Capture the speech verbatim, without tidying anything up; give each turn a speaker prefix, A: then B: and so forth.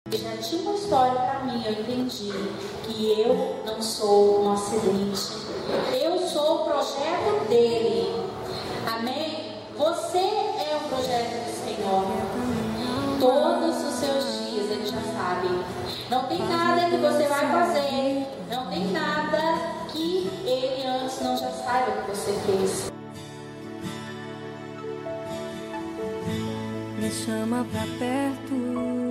A: Já tinha uma história para mim, eu entendi que eu não sou um acidente, eu sou o projeto dele, amém? Você é o projeto do Senhor, todos os seus dias ele já sabe, não tem nada que você vai fazer, não tem nada que ele antes não já saiba que você fez.
B: Me chama pra perto.